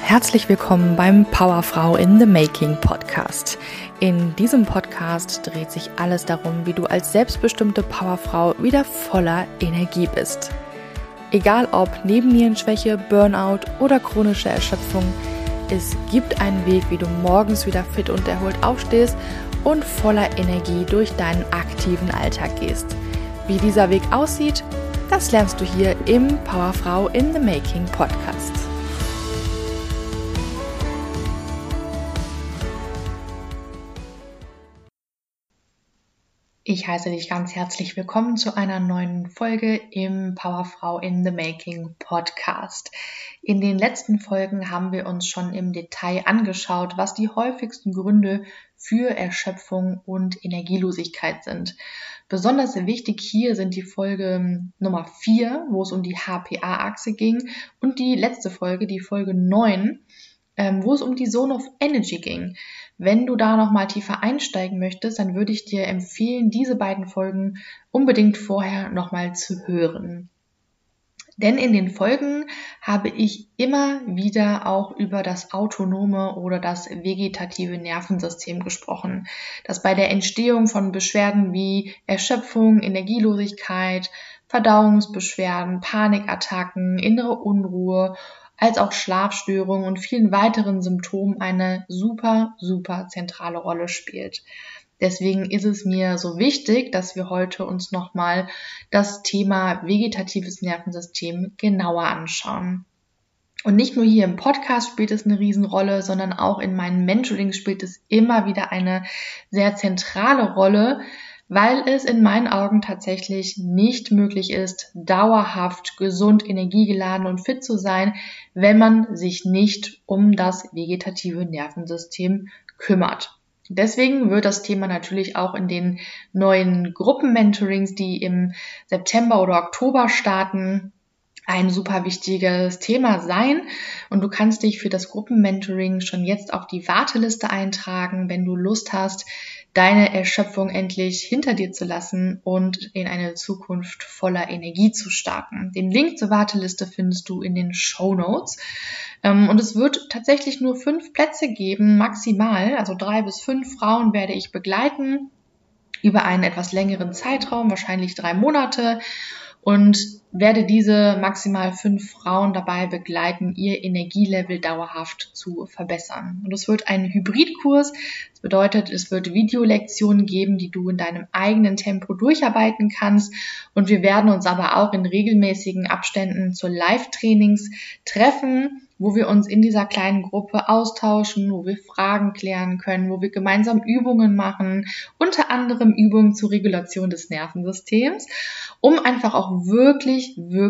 Herzlich willkommen beim Powerfrau in the Making Podcast. In diesem Podcast dreht sich alles darum, wie du als selbstbestimmte Powerfrau wieder voller Energie bist. Egal ob Nebennierenschwäche, Burnout oder chronische Erschöpfung, es gibt einen Weg, wie du morgens wieder fit und erholt aufstehst und voller Energie durch deinen aktiven Alltag gehst. Wie dieser Weg aussieht, das lernst du hier im Powerfrau in the Making Podcast. Ich heiße dich ganz herzlich willkommen zu einer neuen Folge im Powerfrau in the Making Podcast. In den letzten Folgen haben wir uns schon im Detail angeschaut, was die häufigsten Gründe für Erschöpfung und Energielosigkeit sind. Besonders wichtig hier sind die Folge Nummer 4, wo es um die HPA-Achse ging, und die letzte Folge, die Folge 9, wo es um die Zone of Energy ging. Wenn du da nochmal tiefer einsteigen möchtest, dann würde ich dir empfehlen, diese beiden Folgen unbedingt vorher nochmal zu hören. Denn in den Folgen habe ich immer wieder auch über das autonome oder das vegetative Nervensystem gesprochen, das bei der Entstehung von Beschwerden wie Erschöpfung, Energielosigkeit, Verdauungsbeschwerden, Panikattacken, innere Unruhe, als auch Schlafstörungen und vielen weiteren Symptomen eine super zentrale Rolle spielt. Deswegen ist es mir so wichtig, dass wir heute uns nochmal das Thema vegetatives Nervensystem genauer anschauen. Und nicht nur hier im Podcast spielt es eine Riesenrolle, sondern auch in meinen Mentorings spielt es immer wieder eine sehr zentrale Rolle, weil es in meinen Augen tatsächlich nicht möglich ist, dauerhaft gesund, energiegeladen und fit zu sein, wenn man sich nicht um das vegetative Nervensystem kümmert. Deswegen wird das Thema natürlich auch in den neuen Gruppenmentorings, die im September oder Oktober starten, ein super wichtiges Thema sein, und du kannst dich für das Gruppenmentoring schon jetzt auf die Warteliste eintragen, wenn du Lust hast, deine Erschöpfung endlich hinter dir zu lassen und in eine Zukunft voller Energie zu starten. Den Link zur Warteliste findest du in den Shownotes. Und es wird tatsächlich nur 5 Plätze geben, maximal, also 3 bis 5 Frauen werde ich begleiten über einen etwas längeren Zeitraum, wahrscheinlich 3 Monate. Und werde diese maximal 5 Frauen dabei begleiten, ihr Energielevel dauerhaft zu verbessern. Und es wird ein Hybridkurs. Das bedeutet, es wird Videolektionen geben, die du in deinem eigenen Tempo durcharbeiten kannst. Und wir werden uns aber auch in regelmäßigen Abständen zu Live-Trainings treffen, wo wir uns in dieser kleinen Gruppe austauschen, wo wir Fragen klären können, wo wir gemeinsam Übungen machen, unter anderem Übungen zur Regulation des Nervensystems, um einfach auch wirklich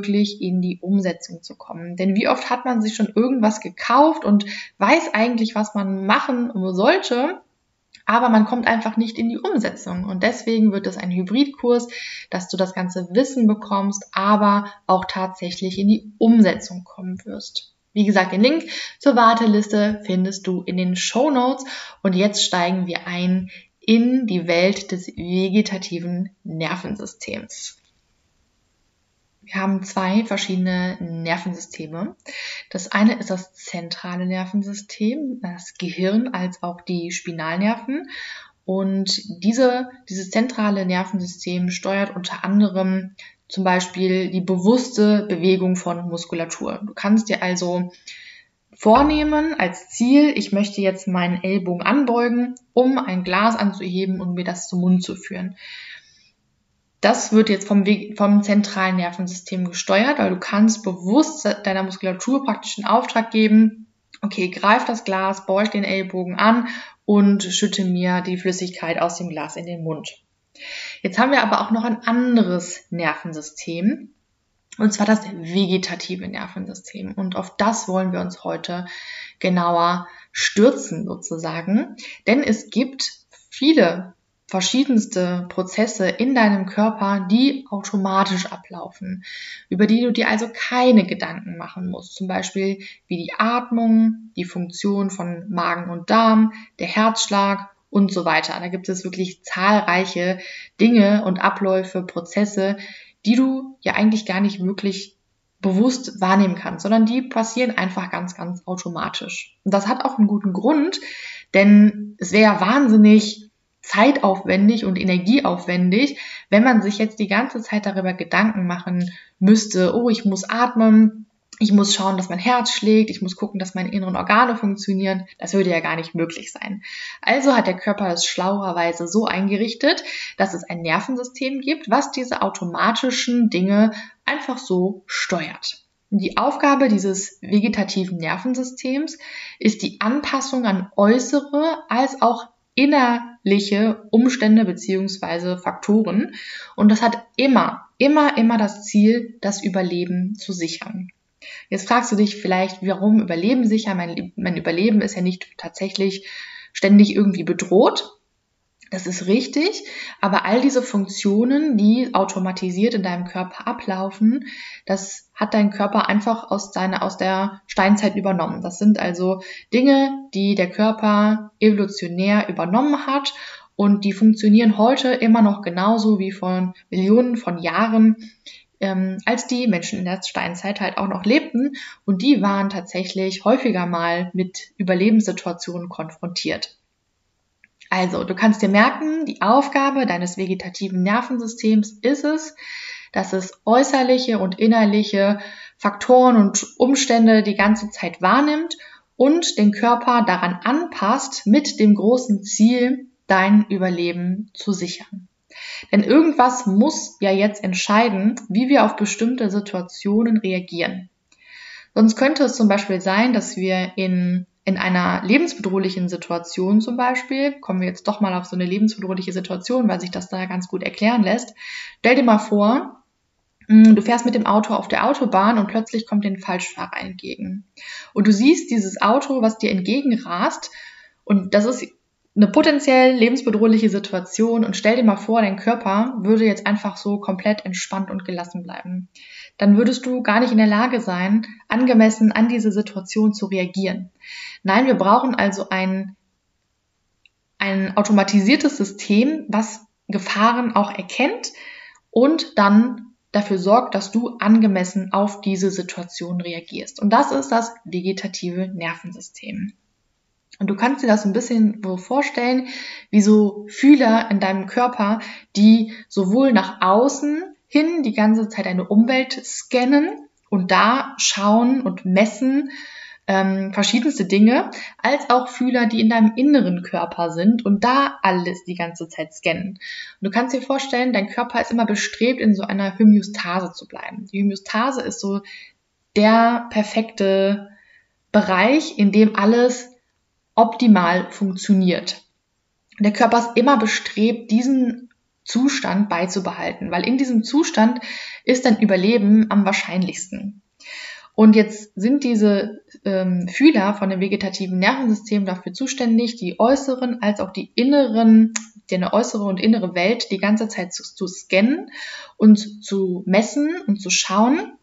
in die Umsetzung zu kommen. Denn wie oft hat man sich schon irgendwas gekauft und weiß eigentlich, was man machen sollte, aber man kommt einfach nicht in die Umsetzung. Und deswegen wird es ein Hybridkurs, dass du das ganze Wissen bekommst, aber auch tatsächlich in die Umsetzung kommen wirst. Wie gesagt, den Link zur Warteliste findest du in den Shownotes, und jetzt steigen wir ein in die Welt des vegetativen Nervensystems. Wir haben 2 verschiedene Nervensysteme. Das eine ist das zentrale Nervensystem, das Gehirn als auch die Spinalnerven. Und dieses zentrale Nervensystem steuert unter anderem zum Beispiel die bewusste Bewegung von Muskulatur. Du kannst dir also vornehmen als Ziel, ich möchte jetzt meinen Ellbogen anbeugen, um ein Glas anzuheben und mir das zum Mund zu führen. Das wird jetzt vom zentralen Nervensystem gesteuert, weil du kannst bewusst deiner Muskulatur praktisch einen Auftrag geben, okay, greif das Glas, beug den Ellbogen an und schütte mir die Flüssigkeit aus dem Glas in den Mund. Jetzt haben wir aber auch noch ein anderes Nervensystem, und zwar das vegetative Nervensystem. Und auf das wollen wir uns heute genauer stürzen sozusagen, denn es gibt viele verschiedenste Prozesse in deinem Körper, die automatisch ablaufen, über die du dir also keine Gedanken machen musst. Zum Beispiel wie die Atmung, die Funktion von Magen und Darm, der Herzschlag und so weiter. Da gibt es wirklich zahlreiche Dinge und Abläufe, Prozesse, die du ja eigentlich gar nicht wirklich bewusst wahrnehmen kannst, sondern die passieren einfach ganz, ganz automatisch. Und das hat auch einen guten Grund, denn es wäre ja wahnsinnig zeitaufwendig und energieaufwendig, wenn man sich jetzt die ganze Zeit darüber Gedanken machen müsste, oh, ich muss atmen, ich muss schauen, dass mein Herz schlägt, ich muss gucken, dass meine inneren Organe funktionieren. Das würde ja gar nicht möglich sein. Also hat der Körper das schlauerweise so eingerichtet, dass es ein Nervensystem gibt, was diese automatischen Dinge einfach so steuert. Die Aufgabe dieses vegetativen Nervensystems ist die Anpassung an äußere als auch innerliche Umstände bzw. Faktoren. Und das hat immer das Ziel, das Überleben zu sichern. Jetzt fragst du dich vielleicht, warum Überleben sicher? Mein Überleben ist ja nicht tatsächlich ständig irgendwie bedroht. Das ist richtig, aber all diese Funktionen, die automatisiert in deinem Körper ablaufen, das hat dein Körper einfach aus der Steinzeit übernommen. Das sind also Dinge, die der Körper evolutionär übernommen hat und die funktionieren heute immer noch genauso wie vor Millionen von Jahren, als die Menschen in der Steinzeit halt auch noch lebten, und die waren tatsächlich häufiger mal mit Überlebenssituationen konfrontiert. Also, du kannst dir merken, die Aufgabe deines vegetativen Nervensystems ist es, dass es äußerliche und innerliche Faktoren und Umstände die ganze Zeit wahrnimmt und den Körper daran anpasst, mit dem großen Ziel, dein Überleben zu sichern. Denn irgendwas muss ja jetzt entscheiden, wie wir auf bestimmte Situationen reagieren. Sonst könnte es zum Beispiel sein, dass wir in einer lebensbedrohlichen Situation zum Beispiel, kommen wir jetzt doch mal auf so eine lebensbedrohliche Situation, weil sich das da ganz gut erklären lässt. Stell dir mal vor, du fährst mit dem Auto auf der Autobahn und plötzlich kommt dir ein Falschfahrer entgegen. Und du siehst dieses Auto, was dir entgegenrast, und das ist eine potenziell lebensbedrohliche Situation, und stell dir mal vor, dein Körper würde jetzt einfach so komplett entspannt und gelassen bleiben. Dann würdest du gar nicht in der Lage sein, angemessen an diese Situation zu reagieren. Nein, wir brauchen also ein automatisiertes System, was Gefahren auch erkennt und dann dafür sorgt, dass du angemessen auf diese Situation reagierst. Und das ist das vegetative Nervensystem. Und du kannst dir das ein bisschen so vorstellen, wie so Fühler in deinem Körper, die sowohl nach außen hin die ganze Zeit deine Umwelt scannen und da schauen und messen verschiedenste Dinge, als auch Fühler, die in deinem inneren Körper sind und da alles die ganze Zeit scannen. Und du kannst dir vorstellen, dein Körper ist immer bestrebt, in so einer Homöostase zu bleiben. Die Homöostase ist so der perfekte Bereich, in dem alles optimal funktioniert. Der Körper ist immer bestrebt, diesen Zustand beizubehalten, weil in diesem Zustand ist dein Überleben am wahrscheinlichsten. Und jetzt sind diese Fühler von dem vegetativen Nervensystem dafür zuständig, die äußeren als auch die äußere und innere Welt die ganze Zeit zu scannen und zu messen und zu schauen,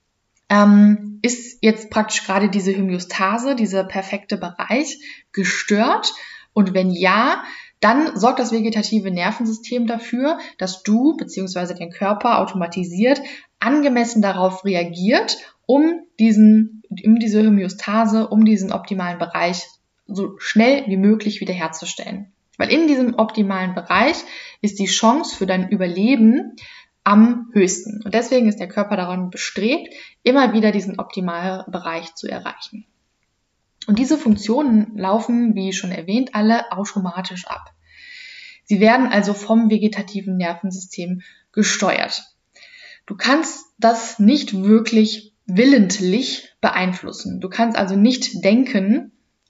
ist jetzt praktisch gerade diese Homöostase, dieser perfekte Bereich gestört? Und wenn ja, dann sorgt das vegetative Nervensystem dafür, dass du bzw. dein Körper automatisiert angemessen darauf reagiert, um diese Homöostase, um diesen optimalen Bereich so schnell wie möglich wiederherzustellen. Weil in diesem optimalen Bereich ist die Chance für dein Überleben am höchsten. Und deswegen ist der Körper daran bestrebt, immer wieder diesen optimalen Bereich zu erreichen. Und diese Funktionen laufen, wie schon erwähnt, alle automatisch ab. Sie werden also vom vegetativen Nervensystem gesteuert. Du kannst das nicht wirklich willentlich beeinflussen. Du kannst also nicht denken,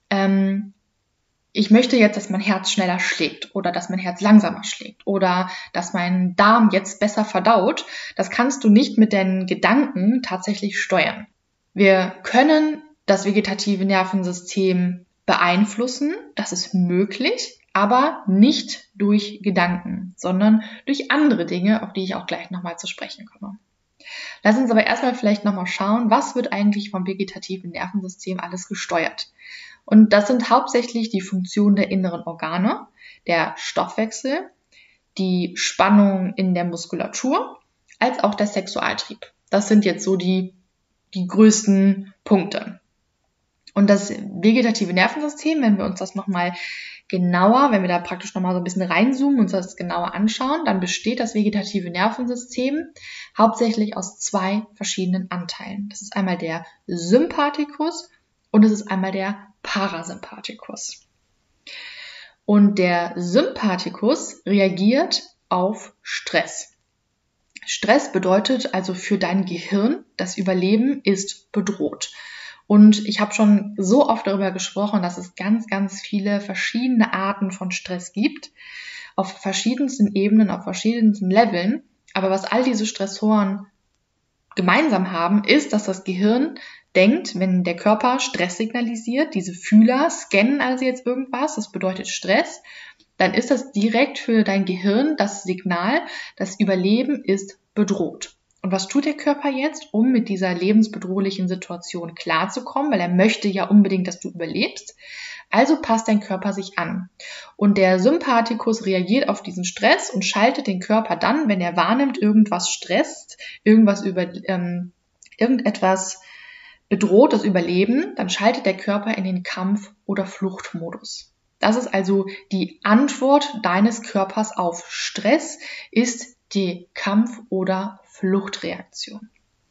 ich möchte jetzt, dass mein Herz schneller schlägt oder dass mein Herz langsamer schlägt oder dass mein Darm jetzt besser verdaut. Das kannst du nicht mit deinen Gedanken tatsächlich steuern. Wir können das vegetative Nervensystem beeinflussen, das ist möglich, aber nicht durch Gedanken, sondern durch andere Dinge, auf die ich auch gleich nochmal zu sprechen komme. Lass uns aber erstmal vielleicht nochmal schauen, was wird eigentlich vom vegetativen Nervensystem alles gesteuert. Und das sind hauptsächlich die Funktionen der inneren Organe, der Stoffwechsel, die Spannung in der Muskulatur, als auch der Sexualtrieb. Das sind jetzt so die die größten Punkte. Und das vegetative Nervensystem, wenn wir uns das nochmal genauer, wenn wir da praktisch nochmal so ein bisschen reinzoomen und uns das genauer anschauen, dann besteht das vegetative Nervensystem hauptsächlich aus 2 verschiedenen Anteilen. Das ist einmal der Sympathikus und es ist einmal der Parasympathikus. Und der Sympathikus reagiert auf Stress. Stress bedeutet also für dein Gehirn, das Überleben ist bedroht. Und ich habe schon so oft darüber gesprochen, dass es ganz, ganz viele verschiedene Arten von Stress gibt, auf verschiedensten Ebenen, auf verschiedensten Leveln. Aber was all diese Stressoren gemeinsam haben, ist, dass das Gehirn denkt, wenn der Körper Stress signalisiert, diese Fühler scannen also jetzt irgendwas, das bedeutet Stress, dann ist das direkt für dein Gehirn das Signal, das Überleben ist bedroht. Und was tut der Körper jetzt, um mit dieser lebensbedrohlichen Situation klarzukommen? Weil er möchte ja unbedingt, dass du überlebst. Also passt dein Körper sich an. Und der Sympathikus reagiert auf diesen Stress und schaltet den Körper dann, wenn er wahrnimmt, irgendwas stresst, irgendetwas bedroht das Überleben, dann schaltet der Körper in den Kampf- oder Fluchtmodus. Das ist also die Antwort deines Körpers auf Stress, ist die Kampf- oder Fluchtreaktion.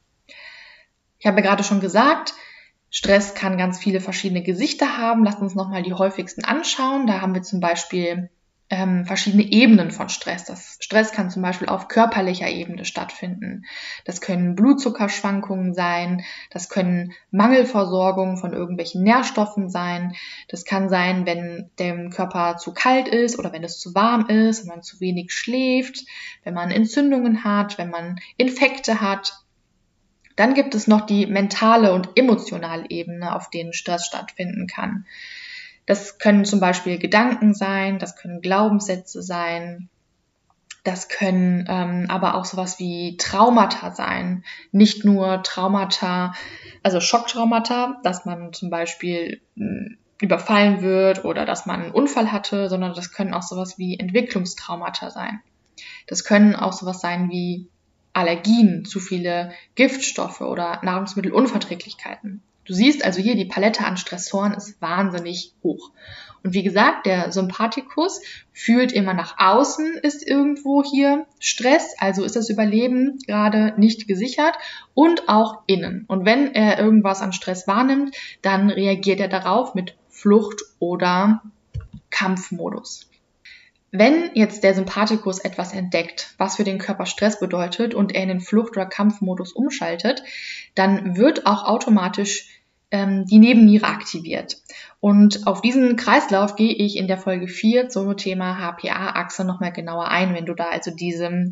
Ich habe ja gerade schon gesagt, Stress kann ganz viele verschiedene Gesichter haben. Lasst uns nochmal die häufigsten anschauen. Da haben wir zum Beispiel verschiedene Ebenen von Stress. Das Stress kann zum Beispiel auf körperlicher Ebene stattfinden. Das können Blutzuckerschwankungen sein, das können Mangelversorgung von irgendwelchen Nährstoffen sein. Das kann sein, wenn dem Körper zu kalt ist oder wenn es zu warm ist, wenn man zu wenig schläft, wenn man Entzündungen hat, wenn man Infekte hat. Dann gibt es noch die mentale und emotionale Ebene, auf denen Stress stattfinden kann. Das können zum Beispiel Gedanken sein, das können Glaubenssätze sein, das können aber auch sowas wie Traumata sein. Nicht nur Traumata, also Schocktraumata, dass man zum Beispiel überfallen wird oder dass man einen Unfall hatte, sondern das können auch sowas wie Entwicklungstraumata sein. Das können auch sowas sein wie Allergien, zu viele Giftstoffe oder Nahrungsmittelunverträglichkeiten. Du siehst also hier, die Palette an Stressoren ist wahnsinnig hoch. Und wie gesagt, der Sympathikus fühlt immer nach außen, ist irgendwo hier Stress, also ist das Überleben gerade nicht gesichert, und auch innen. Und wenn er irgendwas an Stress wahrnimmt, dann reagiert er darauf mit Flucht- oder Kampfmodus. Wenn jetzt der Sympathikus etwas entdeckt, was für den Körper Stress bedeutet und er in den Flucht- oder Kampfmodus umschaltet, dann wird auch automatisch die Nebenniere aktiviert. Und auf diesen Kreislauf gehe ich in der Folge 4 zum Thema HPA-Achse nochmal genauer ein. Wenn du da also den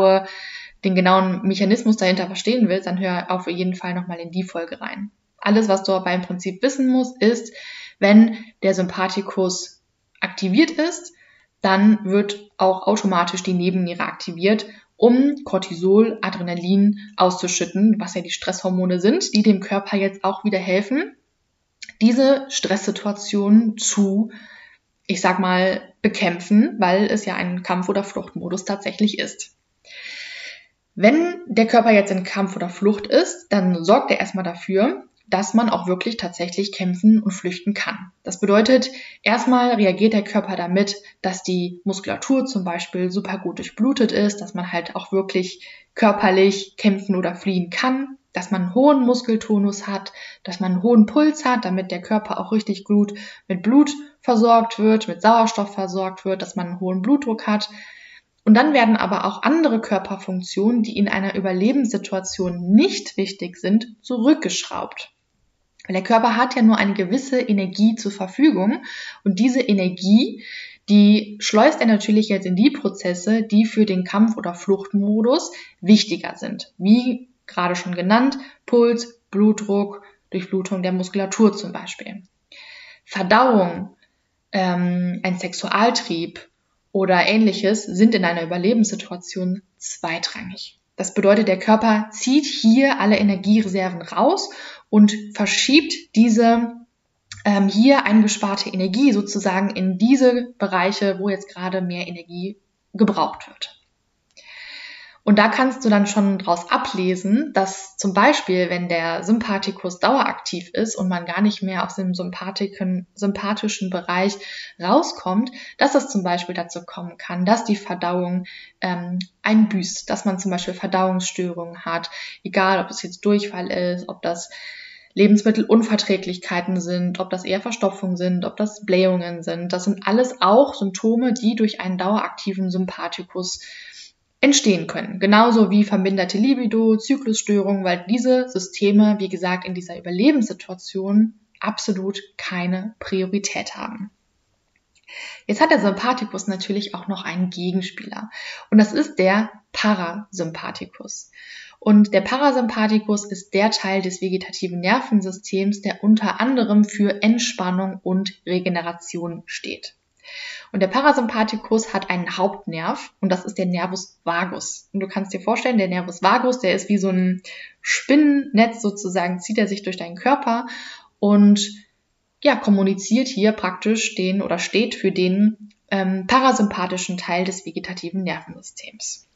genauen Mechanismus dahinter verstehen willst, dann hör auf jeden Fall nochmal in die Folge rein. Alles, was du aber im Prinzip wissen musst, ist, wenn der Sympathikus aktiviert ist, dann wird auch automatisch die Nebenniere aktiviert, um Cortisol, Adrenalin auszuschütten, was ja die Stresshormone sind, die dem Körper jetzt auch wieder helfen, diese Stresssituation zu, ich sag mal, bekämpfen, weil es ja ein Kampf- oder Fluchtmodus tatsächlich ist. Wenn der Körper jetzt in Kampf oder Flucht ist, dann sorgt er erstmal dafür, dass man auch wirklich tatsächlich kämpfen und flüchten kann. Das bedeutet, erstmal reagiert der Körper damit, dass die Muskulatur zum Beispiel super gut durchblutet ist, dass man halt auch wirklich körperlich kämpfen oder fliehen kann, dass man einen hohen Muskeltonus hat, dass man einen hohen Puls hat, damit der Körper auch richtig gut mit Blut versorgt wird, mit Sauerstoff versorgt wird, dass man einen hohen Blutdruck hat. Und dann werden aber auch andere Körperfunktionen, die in einer Überlebenssituation nicht wichtig sind, zurückgeschraubt. Weil der Körper hat ja nur eine gewisse Energie zur Verfügung und diese Energie, die schleust er natürlich jetzt in die Prozesse, die für den Kampf- oder Fluchtmodus wichtiger sind. Wie gerade schon genannt, Puls, Blutdruck, Durchblutung der Muskulatur zum Beispiel. Verdauung, ein Sexualtrieb oder ähnliches sind in einer Überlebenssituation zweitrangig. Das bedeutet, der Körper zieht hier alle Energiereserven raus und verschiebt diese hier eingesparte Energie sozusagen in diese Bereiche, wo jetzt gerade mehr Energie gebraucht wird. Und da kannst du dann schon daraus ablesen, dass zum Beispiel, wenn der Sympathikus daueraktiv ist und man gar nicht mehr aus dem sympathischen Bereich rauskommt, dass das zum Beispiel dazu kommen kann, dass die Verdauung einbüßt, dass man zum Beispiel Verdauungsstörungen hat, egal ob es jetzt Durchfall ist, ob das Lebensmittelunverträglichkeiten sind, ob das eher Verstopfungen sind, ob das Blähungen sind. Das sind alles auch Symptome, die durch einen daueraktiven Sympathikus entstehen können. Genauso wie verminderte Libido, Zyklusstörungen, weil diese Systeme, wie gesagt, in dieser Überlebenssituation absolut keine Priorität haben. Jetzt hat der Sympathikus natürlich auch noch einen Gegenspieler und das ist der Parasympathikus. Und der Parasympathikus ist der Teil des vegetativen Nervensystems, der unter anderem für Entspannung und Regeneration steht. Und der Parasympathikus hat einen Hauptnerv und das ist der Nervus vagus. Und du kannst dir vorstellen, der Nervus vagus, der ist wie so ein Spinnennetz sozusagen, zieht er sich durch deinen Körper und ja, kommuniziert hier praktisch steht für den parasympathischen Teil des vegetativen Nervensystems.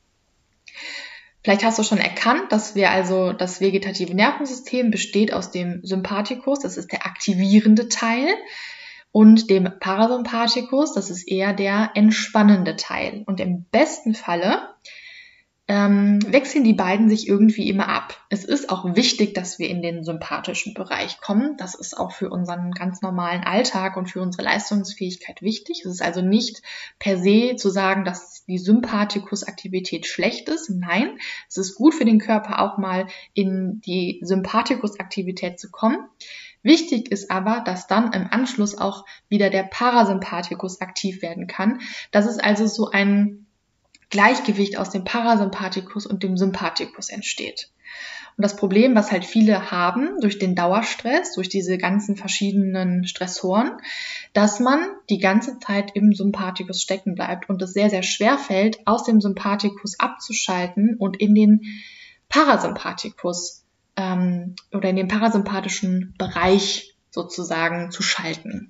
Vielleicht hast du schon erkannt, dass das vegetative Nervensystem besteht aus dem Sympathikus, das ist der aktivierende Teil, und dem Parasympathikus, das ist eher der entspannende Teil. Und im besten Falle wechseln die beiden sich irgendwie immer ab. Es ist auch wichtig, dass wir in den sympathischen Bereich kommen. Das ist auch für unseren ganz normalen Alltag und für unsere Leistungsfähigkeit wichtig. Es ist also nicht per se zu sagen, dass die Sympathikusaktivität schlecht ist. Nein, es ist gut für den Körper auch mal in die Sympathikusaktivität zu kommen. Wichtig ist aber, dass dann im Anschluss auch wieder der Parasympathikus aktiv werden kann. Das ist also so ein Gleichgewicht aus dem Parasympathikus und dem Sympathikus entsteht. Und das Problem, was halt viele haben durch den Dauerstress, durch diese ganzen verschiedenen Stressoren, dass man die ganze Zeit im Sympathikus stecken bleibt und es sehr, sehr schwer fällt, aus dem Sympathikus abzuschalten und in den Parasympathikus oder in den parasympathischen Bereich sozusagen zu schalten.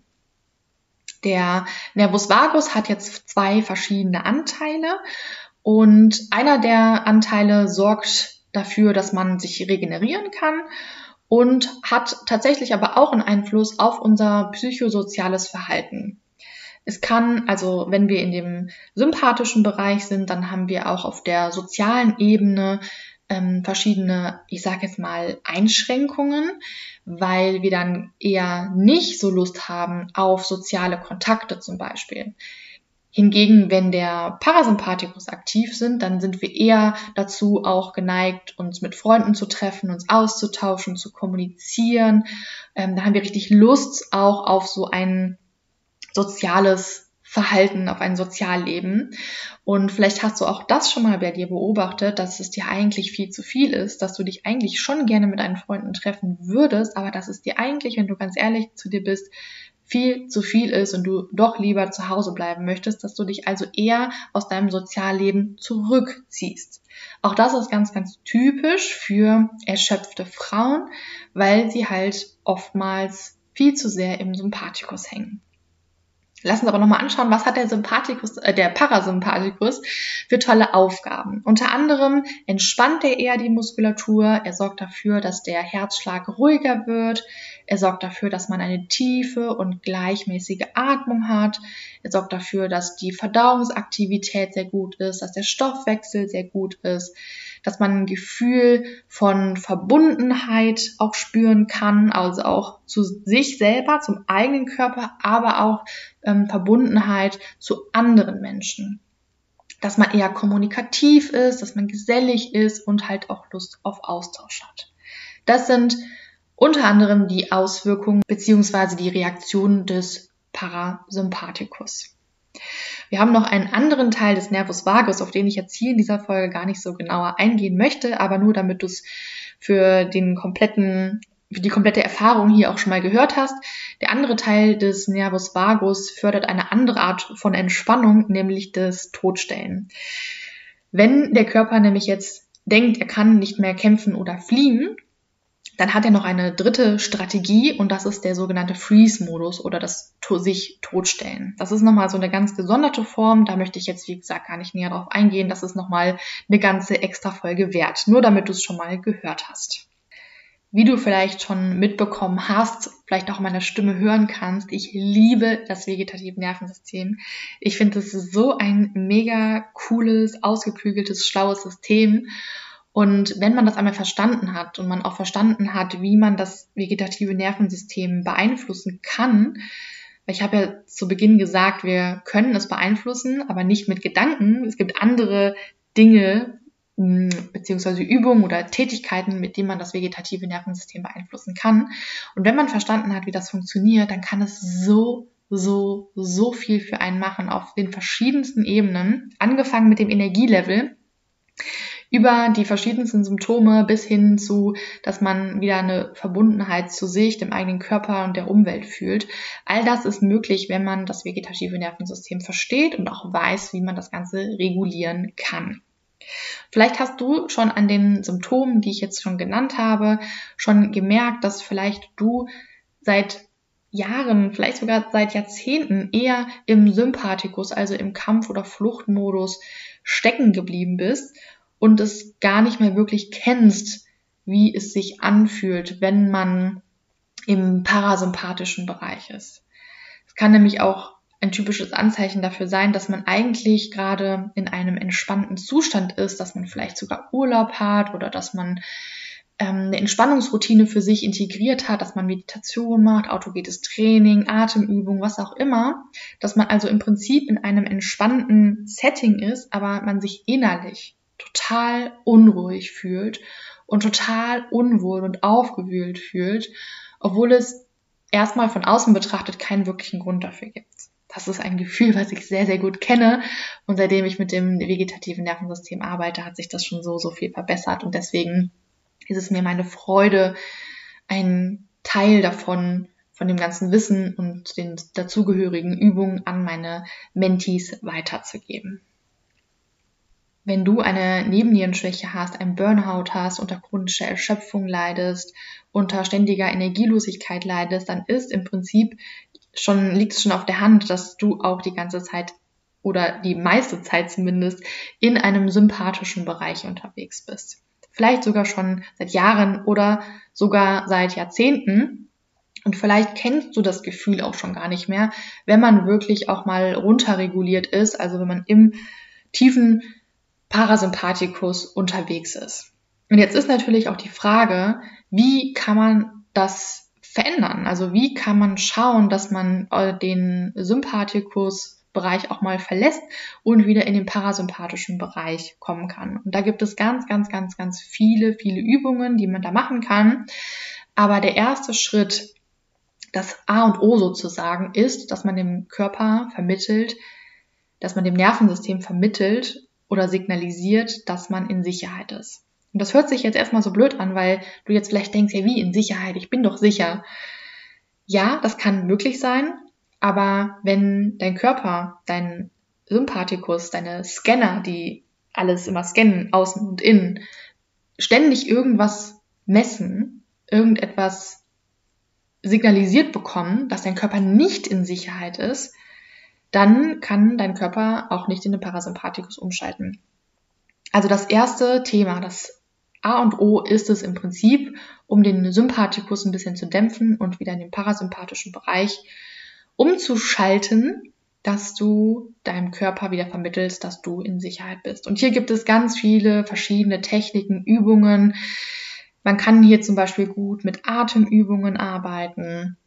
Der Nervus vagus hat jetzt 2 verschiedene Anteile und einer der Anteile sorgt dafür, dass man sich regenerieren kann und hat tatsächlich aber auch einen Einfluss auf unser psychosoziales Verhalten. Es kann, also wenn wir in dem sympathischen Bereich sind, dann haben wir auch auf der sozialen Ebene verschiedene, ich sage jetzt mal, Einschränkungen, weil wir dann eher nicht so Lust haben auf soziale Kontakte zum Beispiel. Hingegen, wenn der Parasympathikus aktiv sind, dann sind wir eher dazu auch geneigt, uns mit Freunden zu treffen, uns auszutauschen, zu kommunizieren. Da haben wir richtig Lust auch auf so ein soziales Verhalten, auf ein Sozialleben. Und vielleicht hast du auch das schon mal bei dir beobachtet, dass es dir eigentlich viel zu viel ist, dass du dich eigentlich schon gerne mit deinen Freunden treffen würdest, aber dass es dir eigentlich, wenn du ganz ehrlich zu dir bist, viel zu viel ist und du doch lieber zu Hause bleiben möchtest, dass du dich also eher aus deinem Sozialleben zurückziehst. Auch das ist ganz, ganz typisch für erschöpfte Frauen, weil sie halt oftmals viel zu sehr im Sympathikus hängen. Lass uns aber nochmal anschauen, was hat der Parasympathikus für tolle Aufgaben. Unter anderem entspannt er eher die Muskulatur, er sorgt dafür, dass der Herzschlag ruhiger wird, er sorgt dafür, dass man eine tiefe und gleichmäßige Atmung hat, er sorgt dafür, dass die Verdauungsaktivität sehr gut ist, dass der Stoffwechsel sehr gut ist, dass man ein Gefühl von Verbundenheit auch spüren kann, also auch zu sich selber, zum eigenen Körper, aber auch Verbundenheit zu anderen Menschen. Dass man eher kommunikativ ist, dass man gesellig ist und halt auch Lust auf Austausch hat. Das sind unter anderem die Auswirkungen bzw. die Reaktionen des Parasympathikus. Wir haben noch einen anderen Teil des Nervus vagus, auf den ich jetzt hier in dieser Folge gar nicht so genauer eingehen möchte, aber nur damit du es für die komplette Erfahrung hier auch schon mal gehört hast. Der andere Teil des Nervus vagus fördert eine andere Art von Entspannung, nämlich das Todstellen. Wenn der Körper nämlich jetzt denkt, er kann nicht mehr kämpfen oder fliehen, Dann hat er noch eine dritte Strategie und das ist der sogenannte Freeze-Modus oder das sich totstellen. Das ist nochmal so eine ganz gesonderte Form, da möchte ich jetzt wie gesagt gar nicht näher drauf eingehen, das ist nochmal eine ganze extra Folge wert, nur damit du es schon mal gehört hast. Wie du vielleicht schon mitbekommen hast, vielleicht auch meiner Stimme hören kannst, ich liebe das vegetative Nervensystem. Ich finde, es ist so ein mega cooles, ausgeklügeltes, schlaues System. Und wenn man das einmal verstanden hat und man auch verstanden hat, wie man das vegetative Nervensystem beeinflussen kann, weil ich habe ja zu Beginn gesagt, wir können es beeinflussen, aber nicht mit Gedanken. Es gibt andere Dinge beziehungsweise Übungen oder Tätigkeiten, mit denen man das vegetative Nervensystem beeinflussen kann. Und wenn man verstanden hat, wie das funktioniert, dann kann es so viel für einen machen auf den verschiedensten Ebenen, angefangen mit dem Energielevel, über die verschiedensten Symptome bis hin zu, dass man wieder eine Verbundenheit zu sich, dem eigenen Körper und der Umwelt fühlt. All das ist möglich, wenn man das vegetative Nervensystem versteht und auch weiß, wie man das Ganze regulieren kann. Vielleicht hast du schon an den Symptomen, die ich jetzt schon genannt habe, schon gemerkt, dass vielleicht du seit Jahren, vielleicht sogar seit Jahrzehnten eher im Sympathikus, also im Kampf- oder Fluchtmodus stecken geblieben bist und es gar nicht mehr wirklich kennst, wie es sich anfühlt, wenn man im parasympathischen Bereich ist. Es kann nämlich auch ein typisches Anzeichen dafür sein, dass man eigentlich gerade in einem entspannten Zustand ist, dass man vielleicht sogar Urlaub hat oder dass man eine Entspannungsroutine für sich integriert hat, dass man Meditation macht, autogenes Training, Atemübung, was auch immer, dass man also im Prinzip in einem entspannten Setting ist, aber man sich innerlich total unruhig fühlt und total unwohl und aufgewühlt fühlt, obwohl es erstmal von außen betrachtet keinen wirklichen Grund dafür gibt. Das ist ein Gefühl, was ich sehr gut kenne und seitdem ich mit dem vegetativen Nervensystem arbeite, hat sich das schon so viel verbessert und deswegen ist es mir meine Freude, einen Teil davon, von dem ganzen Wissen und den dazugehörigen Übungen an meine Mentees weiterzugeben. Wenn du eine Nebennierenschwäche hast, einen Burnout hast, unter chronischer Erschöpfung leidest, unter ständiger Energielosigkeit leidest, dann ist im Prinzip liegt es schon auf der Hand, dass du auch die ganze Zeit oder die meiste Zeit zumindest in einem sympathischen Bereich unterwegs bist. Vielleicht sogar schon seit Jahren oder sogar seit Jahrzehnten. Und vielleicht kennst du das Gefühl auch schon gar nicht mehr, wenn man wirklich auch mal runterreguliert ist, also wenn man im tiefen Parasympathikus unterwegs ist. Und jetzt ist natürlich auch die Frage, wie kann man das verändern? Also wie kann man schauen, dass man den Sympathikus-Bereich auch mal verlässt und wieder in den parasympathischen Bereich kommen kann. Und da gibt es ganz viele Übungen, die man da machen kann. Aber der erste Schritt, das A und O sozusagen, ist, dass man dem Körper vermittelt, dass man dem Nervensystem vermittelt oder signalisiert, dass man in Sicherheit ist. Und das hört sich jetzt erstmal so blöd an, weil du jetzt vielleicht denkst, ja wie in Sicherheit, ich bin doch sicher. Ja, das kann möglich sein, aber wenn dein Körper, dein Sympathikus, deine Scanner, die alles immer scannen, außen und innen, ständig irgendwas messen, irgendetwas signalisiert bekommen, dass dein Körper nicht in Sicherheit ist, dann kann dein Körper auch nicht in den Parasympathikus umschalten. Also das erste Thema, das A und O ist es im Prinzip, um den Sympathikus ein bisschen zu dämpfen und wieder in den parasympathischen Bereich umzuschalten, dass du deinem Körper wieder vermittelst, dass du in Sicherheit bist. Und hier gibt es ganz viele verschiedene Techniken, Übungen. Man kann hier zum Beispiel gut mit Atemübungen arbeiten,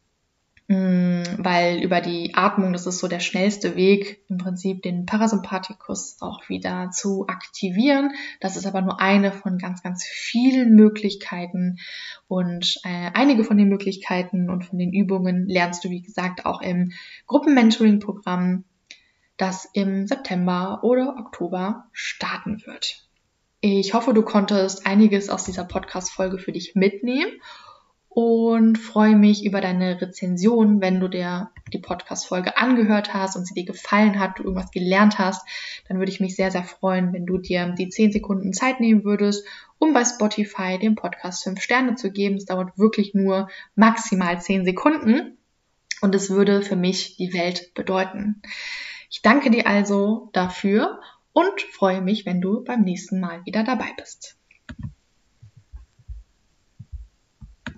weil über die Atmung, das ist so der schnellste Weg, im Prinzip den Parasympathikus auch wieder zu aktivieren. Das ist aber nur eine von ganz vielen Möglichkeiten und einige von den Möglichkeiten und von den Übungen lernst du, wie gesagt, auch im Gruppenmentoring-Programm, das im September oder Oktober starten wird. Ich hoffe, du konntest einiges aus dieser Podcast-Folge für dich mitnehmen. und freue mich über deine Rezension, wenn du dir die Podcast-Folge angehört hast und sie dir gefallen hat, du irgendwas gelernt hast, dann würde ich mich sehr, sehr freuen, wenn du dir die 10 Sekunden Zeit nehmen würdest, um bei Spotify dem Podcast 5 Sterne zu geben. Es dauert wirklich nur maximal 10 Sekunden und es würde für mich die Welt bedeuten. Ich danke dir also dafür und freue mich, wenn du beim nächsten Mal wieder dabei bist.